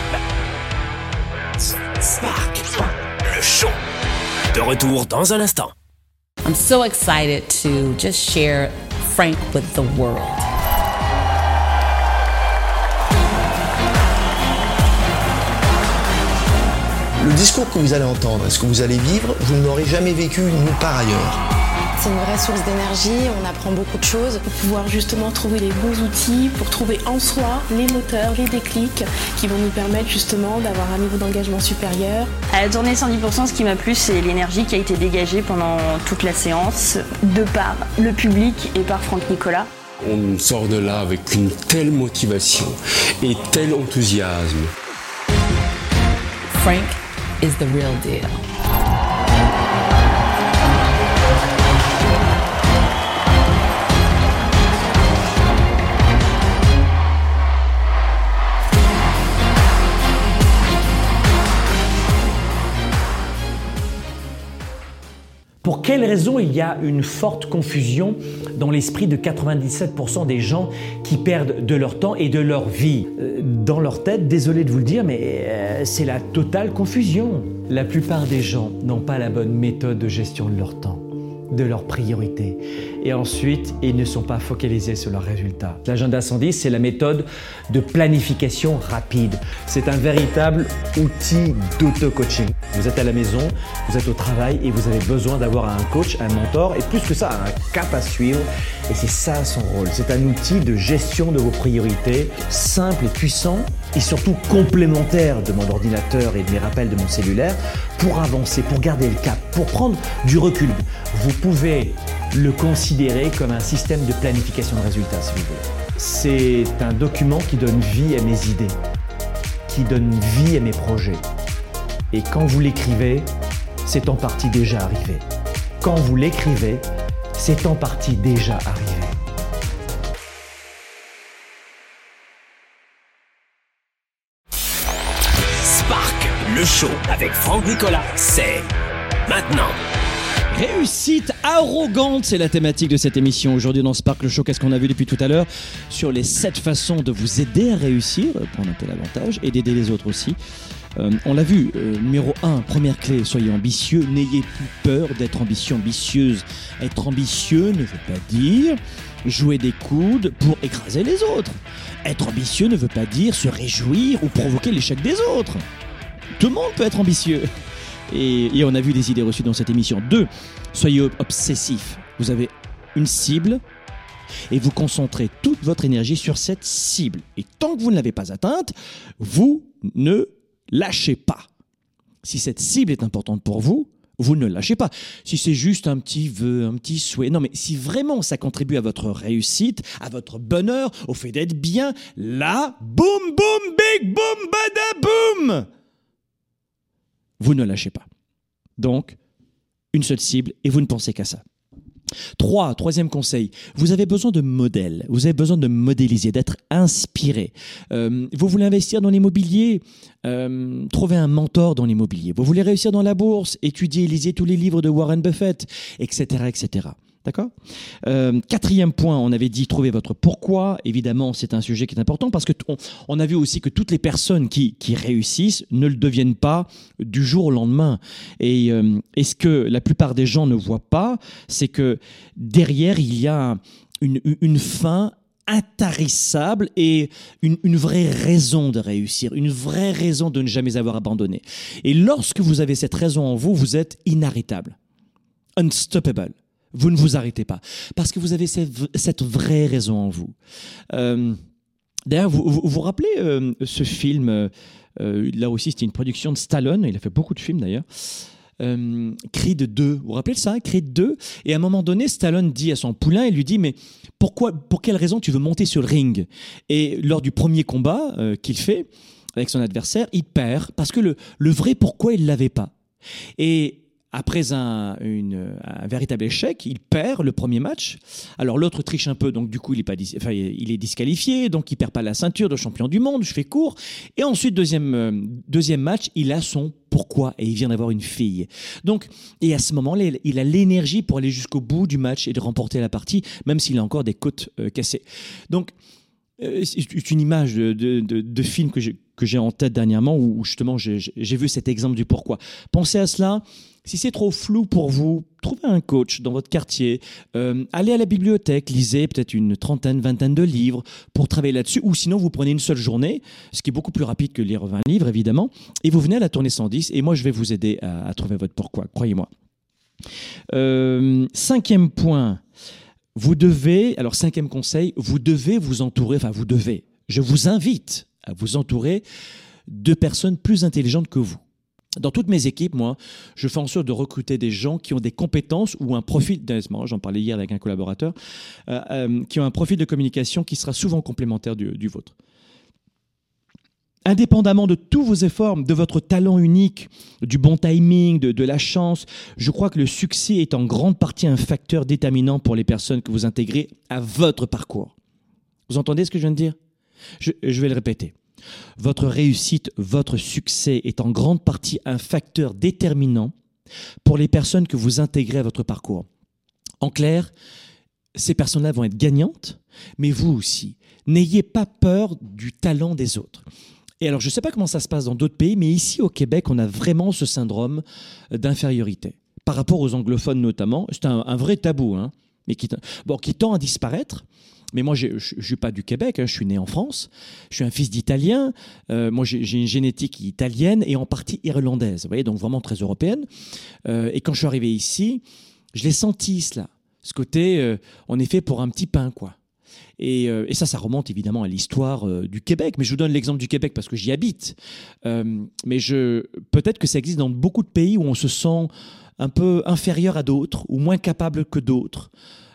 Spark, le show. De retour dans un instant. I'm so excited to just share Frank with the world. Le discours que vous allez entendre et ce que vous allez vivre, vous ne l'aurez jamais vécu nulle part ailleurs. C'est une vraie source d'énergie, on apprend beaucoup de choses pour pouvoir justement trouver les bons outils, pour trouver en soi les moteurs, les déclics qui vont nous permettre justement d'avoir un niveau d'engagement supérieur. À la tournée cent dix pour cent, ce qui m'a plu, c'est l'énergie qui a été dégagée pendant toute la séance, de par le public et par Franck Nicolas. On sort de là avec une telle motivation et tel enthousiasme. Frank is the real deal. Pour quelles raisons il y a une forte confusion dans l'esprit de quatre-vingt-dix-sept pour cent des gens qui perdent de leur temps et de leur vie ? Dans leur tête, désolé de vous le dire, mais euh, c'est la totale confusion. La plupart des gens n'ont pas la bonne méthode de gestion de leur temps, de leurs priorités. Et ensuite, ils ne sont pas focalisés sur leurs résultats. L'agenda cent dix, c'est la méthode de planification rapide. C'est un véritable outil d'auto-coaching. Vous êtes à la maison, vous êtes au travail et vous avez besoin d'avoir un coach, un mentor et plus que ça, un cap à suivre. Et c'est ça son rôle. C'est un outil de gestion de vos priorités, simple et puissant et surtout complémentaire de mon ordinateur et de mes rappels de mon cellulaire pour avancer, pour garder le cap, pour prendre du recul. Vous pouvez le considérer comme un système de planification de résultats, si vous voulez. C'est un document qui donne vie à mes idées, qui donne vie à mes projets. Et quand vous l'écrivez, c'est en partie déjà arrivé. Quand vous l'écrivez, c'est en partie déjà arrivé. Spark, le show avec Franck Nicolas, c'est maintenant. Réussite arrogante, c'est la thématique de cette émission. Aujourd'hui dans Spark le Show, qu'est-ce qu'on a vu depuis tout à l'heure sur les sept façons de vous aider à réussir, prendre un peu l'avantage et d'aider les autres aussi. Euh, on l'a vu, euh, numéro un, première clé, soyez ambitieux, n'ayez plus peur d'être ambitieux, ambitieuse. Être ambitieux ne veut pas dire jouer des coudes pour écraser les autres. Être ambitieux ne veut pas dire se réjouir ou provoquer l'échec des autres. Tout le monde peut être ambitieux. Et, et on a vu des idées reçues dans cette émission. Deux, soyez obsessif. Vous avez une cible et vous concentrez toute votre énergie sur cette cible. Et tant que vous ne l'avez pas atteinte, vous ne lâchez pas. Si cette cible est importante pour vous, vous ne lâchez pas. Si c'est juste un petit vœu, un petit souhait, non mais si vraiment ça contribue à votre réussite, à votre bonheur, au fait d'être bien, là, boum, boum, big, boum, bada, boum, vous ne lâchez pas. Donc, une seule cible et vous ne pensez qu'à ça. Trois, troisième conseil, vous avez besoin de modèles, vous avez besoin de modéliser, d'être inspiré. Euh, vous voulez investir dans l'immobilier, euh, trouvez un mentor dans l'immobilier. Vous voulez réussir dans la bourse, étudiez, lisez tous les livres de Warren Buffett, et cetera, et cetera. D'accord ? euh, Quatrième point, on avait dit trouver votre pourquoi. Évidemment, c'est un sujet qui est important parce qu'on on a vu aussi que toutes les personnes qui, qui réussissent ne le deviennent pas du jour au lendemain. Et, euh, et ce que la plupart des gens ne voient pas, c'est que derrière, il y a une, une fin intarissable et une, une vraie raison de réussir, une vraie raison de ne jamais avoir abandonné. Et lorsque vous avez cette raison en vous, vous êtes inarrêtable, unstoppable. Vous ne vous arrêtez pas parce que vous avez cette vraie raison en vous. Euh, d'ailleurs, vous vous, vous rappelez euh, ce film, euh, là aussi c'était une production de Stallone, il a fait beaucoup de films d'ailleurs, euh, Creed deux, vous vous rappelez de ça, Creed deux? Et à un moment donné, Stallone dit à son poulain, il lui dit « mais pourquoi, pour quelle raison tu veux monter sur le ring ?» Et lors du premier combat euh, qu'il fait avec son adversaire, il perd parce que le, le vrai pourquoi il ne l'avait pas. Et après un, une, un véritable échec, il perd le premier match. Alors l'autre triche un peu, donc du coup il est, pas, enfin, il est disqualifié, donc il perd pas la ceinture de champion du monde, je fais court. Et ensuite, deuxième, euh, deuxième match, il a son pourquoi et il vient d'avoir une fille. Donc, et à ce moment-là, il a l'énergie pour aller jusqu'au bout du match et de remporter la partie, même s'il a encore des côtes euh, cassées. Donc, euh, c'est une image de, de, de, de film que j'ai, que j'ai en tête dernièrement où justement j'ai, j'ai vu cet exemple du pourquoi. Pensez à cela. Si c'est trop flou pour vous, trouvez un coach dans votre quartier, euh, allez à la bibliothèque, lisez peut-être une trentaine, vingtaine de livres pour travailler là-dessus, ou sinon vous prenez une seule journée, ce qui est beaucoup plus rapide que lire vingt livres évidemment, et vous venez à la tournée cent dix, et moi je vais vous aider à, à trouver votre pourquoi, croyez-moi. Euh, cinquième point, vous devez, alors cinquième conseil, vous devez vous entourer, enfin vous devez, je vous invite à vous entourer de personnes plus intelligentes que vous. Dans toutes mes équipes, moi, je fais en sorte de recruter des gens qui ont des compétences ou un profil, j'en parlais hier avec un collaborateur, euh, euh, qui ont un profil de communication qui sera souvent complémentaire du, du vôtre. Indépendamment de tous vos efforts, de votre talent unique, du bon timing, de, de la chance, je crois que le succès est en grande partie un facteur déterminant pour les personnes que vous intégrez à votre parcours. Vous entendez ce que je viens de dire ? je, je vais le répéter. Votre réussite, votre succès est en grande partie un facteur déterminant pour les personnes que vous intégrez à votre parcours. En clair, ces personnes-là vont être gagnantes, mais vous aussi. N'ayez pas peur du talent des autres. Et alors, je ne sais pas comment ça se passe dans d'autres pays, mais ici au Québec, on a vraiment ce syndrome d'infériorité. Par rapport aux anglophones notamment, c'est un, un vrai tabou, hein, mais qui, bon, qui tend à disparaître. Mais moi, je ne suis pas du Québec, hein, je suis né en France, je suis un fils d'Italien, euh, moi j'ai, j'ai une génétique italienne et en partie irlandaise, vous voyez, donc vraiment très européenne. Euh, et quand je suis arrivé ici, je l'ai senti cela, ce côté, euh, on est fait pour un petit pain, quoi. Et, euh, et ça, ça remonte évidemment à l'histoire euh, du Québec, mais je vous donne l'exemple du Québec parce que j'y habite. Euh, mais je, peut-être que ça existe dans beaucoup de pays où on se sent un peu inférieur à d'autres ou moins capable que d'autres.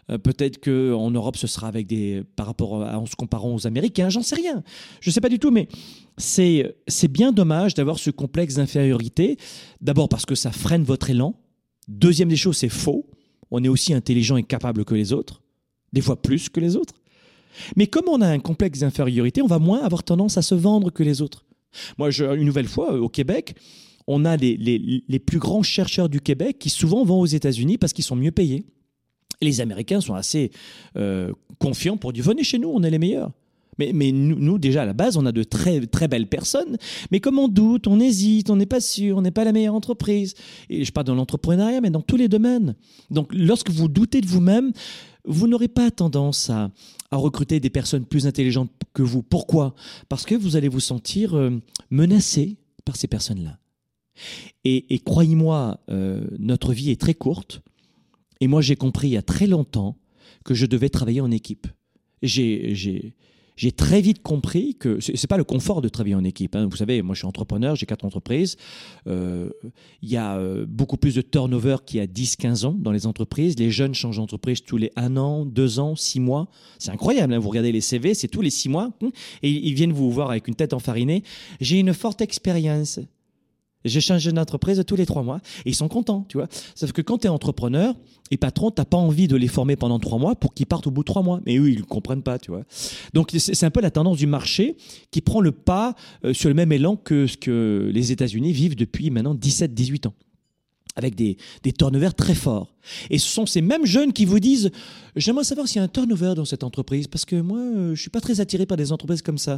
Euh, peut-être qu'en Europe, ce sera avec des, par rapport à, en se comparant aux Américains. J'en sais rien. Je ne sais pas du tout, mais c'est, c'est bien dommage d'avoir ce complexe d'infériorité. D'abord parce que ça freine votre élan. Deuxième des choses, c'est faux. On est aussi intelligent et capable que les autres. Des fois plus que les autres. Mais comme on a un complexe d'infériorité, on va moins avoir tendance à se vendre que les autres. Moi, je, une nouvelle fois, au Québec, on a les, les, les plus grands chercheurs du Québec qui souvent vont aux États-Unis parce qu'ils sont mieux payés. Et les Américains sont assez euh, confiants pour dire « Venez chez nous, on est les meilleurs ». Mais, mais nous, nous, déjà, à la base, on a de très, très belles personnes. Mais comme on doute, on hésite, on n'est pas sûr, on n'est pas la meilleure entreprise. Et je parle dans l'entrepreneuriat, mais dans tous les domaines. Donc, lorsque vous doutez de vous-même, vous n'aurez pas tendance à, à recruter des personnes plus intelligentes que vous. Pourquoi ? Parce que vous allez vous sentir euh, menacé par ces personnes-là. Et, et croyez-moi, euh, notre vie est très courte. Et moi, j'ai compris il y a très longtemps que je devais travailler en équipe. J'ai... j'ai J'ai très vite compris que ce n'est pas le confort de travailler en équipe. Hein. Vous savez, moi je suis entrepreneur, j'ai quatre entreprises. Euh, il y a euh, beaucoup plus de turnover qu'il y a dix quinze ans dans les entreprises. Les jeunes changent d'entreprise tous les un an, deux ans, six mois. C'est incroyable. Hein. Vous regardez les C V, c'est tous les six mois. Et ils viennent vous voir avec une tête enfarinée. J'ai une forte expérience. J'ai changé d'entreprise tous les trois mois et ils sont contents, tu vois. Sauf que quand tu es entrepreneur et patron, tu n'as pas envie de les former pendant trois mois pour qu'ils partent au bout de trois mois. Mais eux, ils ne comprennent pas, tu vois. Donc, c'est un peu la tendance du marché qui prend le pas sur le même élan que ce que les États-Unis vivent depuis maintenant dix-sept dix-huit ans. Avec des, des turnovers très forts. Et ce sont ces mêmes jeunes qui vous disent « J'aimerais savoir s'il y a un turnover dans cette entreprise parce que moi, je ne suis pas très attiré par des entreprises comme ça. »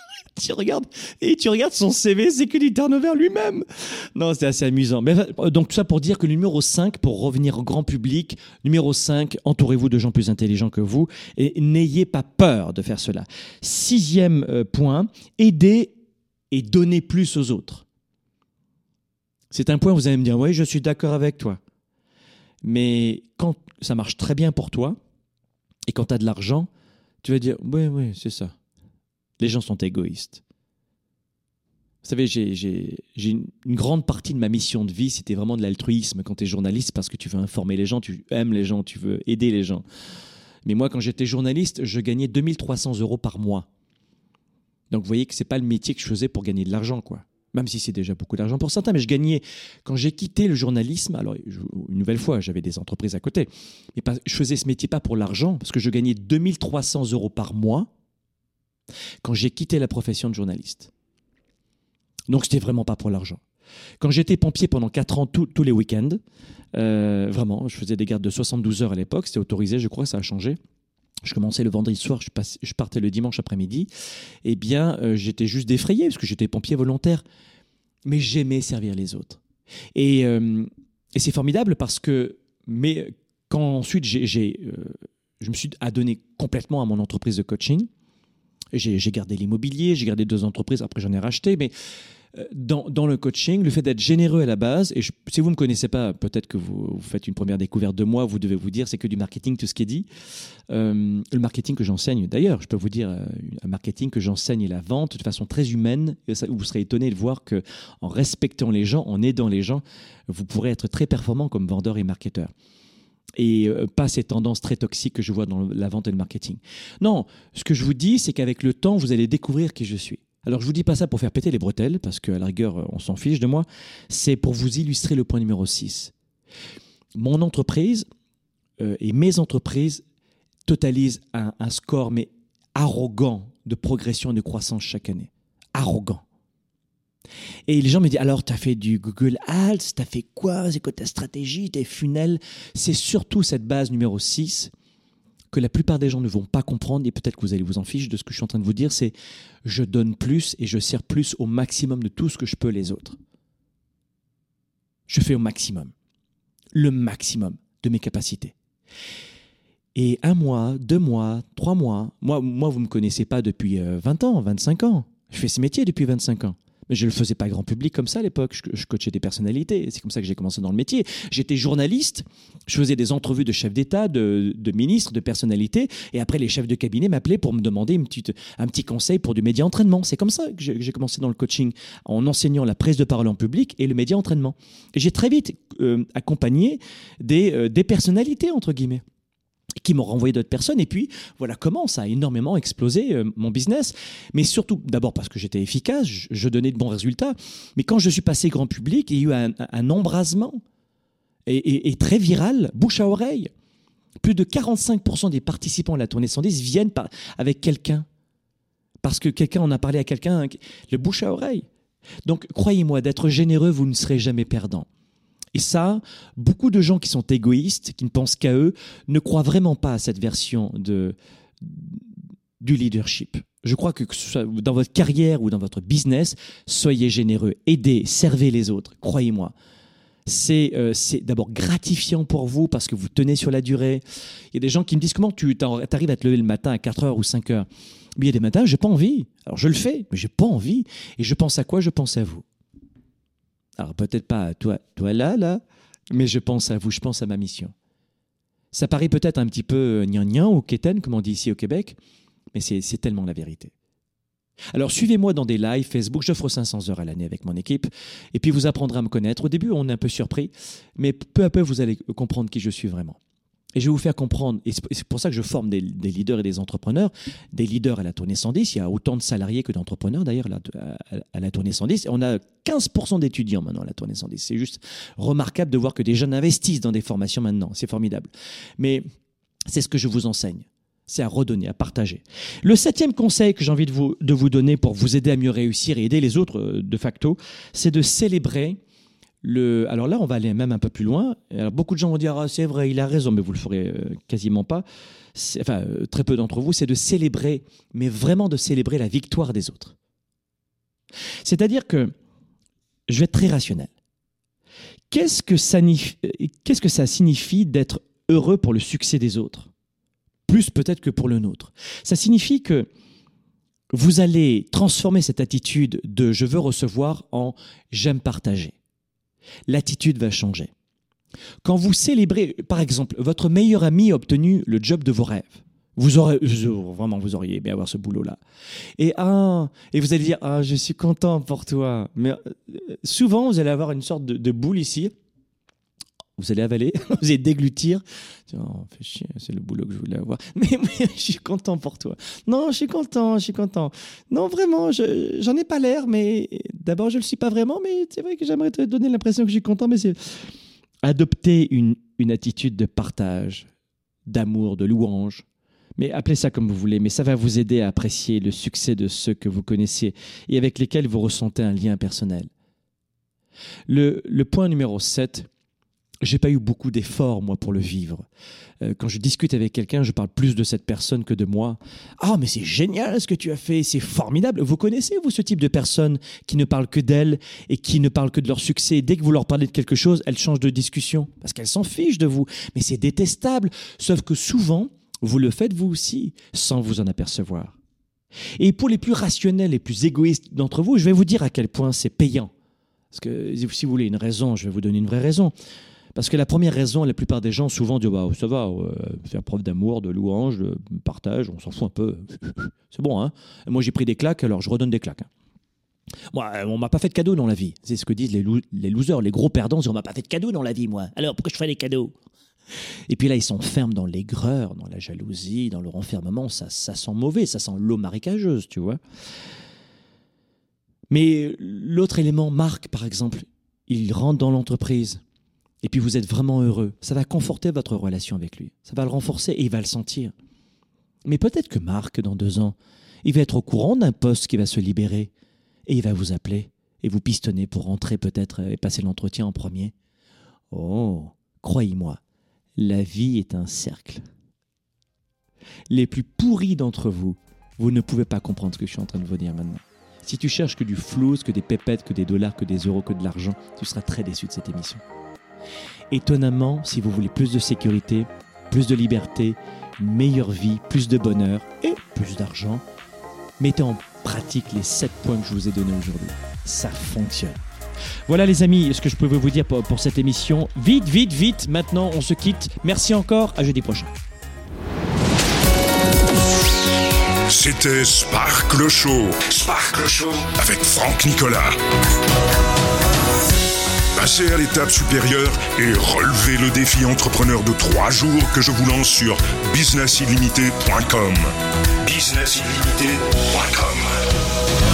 Tu regardes, et tu regardes son C V, c'est que du turnover lui-même. Non, c'est assez amusant. Mais, donc tout ça pour dire que le numéro cinq, pour revenir au grand public, numéro cinq, entourez-vous de gens plus intelligents que vous et n'ayez pas peur de faire cela. Sixième euh, point, aidez et donnez plus aux autres. C'est un point où vous allez me dire, oui, je suis d'accord avec toi. Mais quand ça marche très bien pour toi et quand tu as de l'argent, tu vas dire, oui, oui, c'est ça. Les gens sont égoïstes. Vous savez, j'ai, j'ai, j'ai une, une grande partie de ma mission de vie, c'était vraiment de l'altruisme quand tu es journaliste, parce que tu veux informer les gens, tu aimes les gens, tu veux aider les gens. Mais moi, quand j'étais journaliste, je gagnais deux mille trois cents euros par mois. Donc, vous voyez que ce n'est pas le métier que je faisais pour gagner de l'argent, quoi. Même si c'est déjà beaucoup d'argent pour certains, mais je gagnais, quand j'ai quitté le journalisme, alors une nouvelle fois, j'avais des entreprises à côté, mais pas, je faisais ce métier pas pour l'argent, parce que je gagnais deux mille trois cents euros par mois, quand j'ai quitté la profession de journaliste. Donc, c'était vraiment pas pour l'argent. Quand j'étais pompier pendant quatre ans, tous les week-ends, euh, vraiment, je faisais des gardes de soixante-douze heures à l'époque, c'était autorisé, je crois, ça a changé. Je commençais le vendredi soir, je, passe, je partais le dimanche après-midi. Eh bien, euh, j'étais juste défrayé parce que j'étais pompier volontaire. Mais j'aimais servir les autres. Et, euh, et c'est formidable parce que, mais quand ensuite j'ai, j'ai, euh, je me suis adonné complètement à mon entreprise de coaching. J'ai, j'ai gardé l'immobilier, j'ai gardé deux entreprises, après j'en ai racheté, mais dans, dans le coaching, le fait d'être généreux à la base, et je, si vous ne me connaissez pas, peut-être que vous, vous faites une première découverte de moi, vous devez vous dire c'est que du marketing, tout ce qui est dit. Euh, le marketing que j'enseigne, d'ailleurs, je peux vous dire, un marketing que j'enseigne et la vente de façon très humaine, et ça, vous serez étonné de voir qu'en respectant les gens, en aidant les gens, vous pourrez être très performant comme vendeur et marketeur. Et pas ces tendances très toxiques que je vois dans la vente et le marketing. Non, ce que je vous dis, c'est qu'avec le temps, vous allez découvrir qui je suis. Alors, je ne vous dis pas ça pour faire péter les bretelles, parce qu'à la rigueur, on s'en fiche de moi. C'est pour vous illustrer le point numéro six. Mon entreprise euh, et mes entreprises totalisent un, un score, mais arrogant, de progression et de croissance chaque année. Arrogant. Et les gens me disent, alors tu as fait du Google Ads, tu as fait quoi, c'est quoi ta stratégie, tes funnels? C'est surtout cette base numéro six que la plupart des gens ne vont pas comprendre, et peut-être que vous allez vous en ficher de ce que je suis en train de vous dire, c'est je donne plus et je sers plus au maximum de tout ce que je peux les autres. Je fais au maximum, le maximum de mes capacités. Et un mois, deux mois, trois mois, moi, moi vous ne me connaissez pas depuis vingt ans, vingt-cinq ans, je fais ce métier depuis vingt-cinq ans. Mais je ne le faisais pas grand public comme ça à l'époque. Je, je coachais des personnalités. C'est comme ça que j'ai commencé dans le métier. J'étais journaliste. Je faisais des entrevues de chefs d'État, de, de ministres, de personnalités. Et après, les chefs de cabinet m'appelaient pour me demander une petite, un petit conseil pour du média entraînement. C'est comme ça que j'ai, que j'ai commencé dans le coaching, en enseignant la prise de parole en public et le média entraînement. Et j'ai très vite euh, accompagné des, euh, des personnalités, entre guillemets. qui m'ont renvoyé d'autres personnes. Et puis, voilà comment ça a énormément explosé euh, mon business. Mais surtout, d'abord parce que j'étais efficace, je, je donnais de bons résultats. Mais quand je suis passé grand public, il y a eu un, un embrasement et, et, et très viral, bouche à oreille. Plus de quarante-cinq pour cent des participants à la tournée cent dix viennent par, avec quelqu'un. Parce que quelqu'un en a parlé à quelqu'un, le bouche à oreille. Donc, croyez-moi, d'être généreux, vous ne serez jamais perdant. Et ça, beaucoup de gens qui sont égoïstes, qui ne pensent qu'à eux, ne croient vraiment pas à cette version de, du leadership. Je crois que, que ce soit dans votre carrière ou dans votre business, soyez généreux, aidez, servez les autres, croyez-moi. C'est, euh, c'est d'abord gratifiant pour vous parce que vous tenez sur la durée. Il y a des gens qui me disent comment tu arrives à te lever le matin à quatre heures ou cinq heures. Mais il y a des matins, je n'ai pas envie. Alors je le fais, mais je n'ai pas envie. Et je pense à quoi? Je pense à vous. Alors peut-être pas à toi, toi là, là, mais je pense à vous, je pense à ma mission. Ça paraît peut-être un petit peu gnangnan ou quétaine, comme on dit ici au Québec, mais c'est, c'est tellement la vérité. Alors suivez-moi dans des lives Facebook, j'offre cinq cents heures à l'année avec mon équipe, et puis vous apprendrez à me connaître. Au début, on est un peu surpris, mais peu à peu, vous allez comprendre qui je suis vraiment. Et je vais vous faire comprendre, et c'est pour ça que je forme des, des leaders et des entrepreneurs, des leaders à la tournée cent dix. Il y a autant de salariés que d'entrepreneurs d'ailleurs à, à, à la tournée cent dix. On a quinze pour cent d'étudiants maintenant à la tournée cent dix. C'est juste remarquable de voir que des jeunes investissent dans des formations maintenant. C'est formidable. Mais c'est ce que je vous enseigne. C'est à redonner, à partager. Le septième conseil que j'ai envie de vous, de vous donner pour vous aider à mieux réussir et aider les autres de facto, c'est de célébrer le... Alors là, on va aller même un peu plus loin. Alors, beaucoup de gens vont dire ah, « c'est vrai, il a raison », mais vous ne le ferez euh, quasiment pas. C'est... Enfin, euh, très peu d'entre vous, c'est de célébrer, mais vraiment de célébrer la victoire des autres. C'est-à-dire que, je vais être très rationnel. Qu'est-ce que ça, Qu'est-ce que ça signifie d'être heureux pour le succès des autres ? Plus peut-être que pour le nôtre. Ça signifie que vous allez transformer cette attitude de « je veux recevoir » en « j'aime partager ». L'attitude va changer. Quand vous célébrez, par exemple, votre meilleur ami a obtenu le job de vos rêves, vous aurez, vraiment, vous auriez aimé avoir ce boulot-là. Et, ah, et vous allez dire « ah, je suis content pour toi ». Mais souvent, vous allez avoir une sorte de, de boule ici. Vous allez avaler, vous allez déglutir. Oh, fait chier, c'est le boulot que je voulais avoir. Mais, mais je suis content pour toi. Non, je suis content, je suis content. Non, vraiment, je, j'en ai pas l'air, mais d'abord, je le suis pas vraiment, mais c'est vrai que j'aimerais te donner l'impression que je suis content, mais c'est adopter une, une attitude de partage, d'amour, de louange. Mais appelez ça comme vous voulez, mais ça va vous aider à apprécier le succès de ceux que vous connaissez et avec lesquels vous ressentez un lien personnel. Le, le point numéro sept, j'ai pas eu beaucoup d'efforts, moi, pour le vivre. Euh, quand je discute avec quelqu'un, je parle plus de cette personne que de moi. « Ah, mais c'est génial ce que tu as fait, c'est formidable !» Vous connaissez, vous, ce type de personnes qui ne parlent que d'elles et qui ne parlent que de leur succès. Dès que vous leur parlez de quelque chose, elles changent de discussion parce qu'elles s'en fichent de vous. Mais c'est détestable. Sauf que souvent, vous le faites vous aussi, sans vous en apercevoir. Et pour les plus rationnels et plus égoïstes d'entre vous, je vais vous dire à quel point c'est payant. Parce que si vous voulez une raison, je vais vous donner une vraie raison. Parce que la première raison, la plupart des gens souvent disent bah, « ça va, euh, faire preuve d'amour, de louange, de partage, on s'en fout un peu. C'est bon, hein. Moi, j'ai pris des claques, alors je redonne des claques. Hein. Moi, on m'a pas fait de cadeau dans la vie. C'est ce que disent les, lo- les losers, les gros perdants. Ils disent, on m'a pas fait de cadeau dans la vie, moi. Alors, pourquoi je fais des cadeaux ? Et puis là, ils s'enferment dans l'aigreur, dans la jalousie, dans le renfermement. Ça, ça sent mauvais, ça sent l'eau marécageuse, tu vois. Mais l'autre élément, Marc, par exemple, il rentre dans l'entreprise. Et puis vous êtes vraiment heureux. Ça va conforter votre relation avec lui. Ça va le renforcer et il va le sentir. Mais peut-être que Marc, dans deux ans, il va être au courant d'un poste qui va se libérer et il va vous appeler et vous pistonner pour rentrer peut-être et passer l'entretien en premier. Oh, croyez-moi, la vie est un cercle. Les plus pourris d'entre vous, vous ne pouvez pas comprendre ce que je suis en train de vous dire maintenant. Si tu cherches que du flouze, que des pépettes, que des dollars, que des euros, que de l'argent, tu seras très déçu de cette émission. Étonnamment, si vous voulez plus de sécurité, plus de liberté, une meilleure vie, plus de bonheur et plus d'argent, mettez en pratique les sept points que je vous ai donnés aujourd'hui. Ça fonctionne. Voilà les amis, ce que je pouvais vous dire pour, pour cette émission. Vite, vite, vite, maintenant on se quitte. Merci encore, à jeudi prochain. C'était Sparkle Show. Sparkle Show avec Franck Nicolas. passez à l'étape supérieure et relevez le défi entrepreneur de trois jours que je vous lance sur business illimité point com. business illimité point com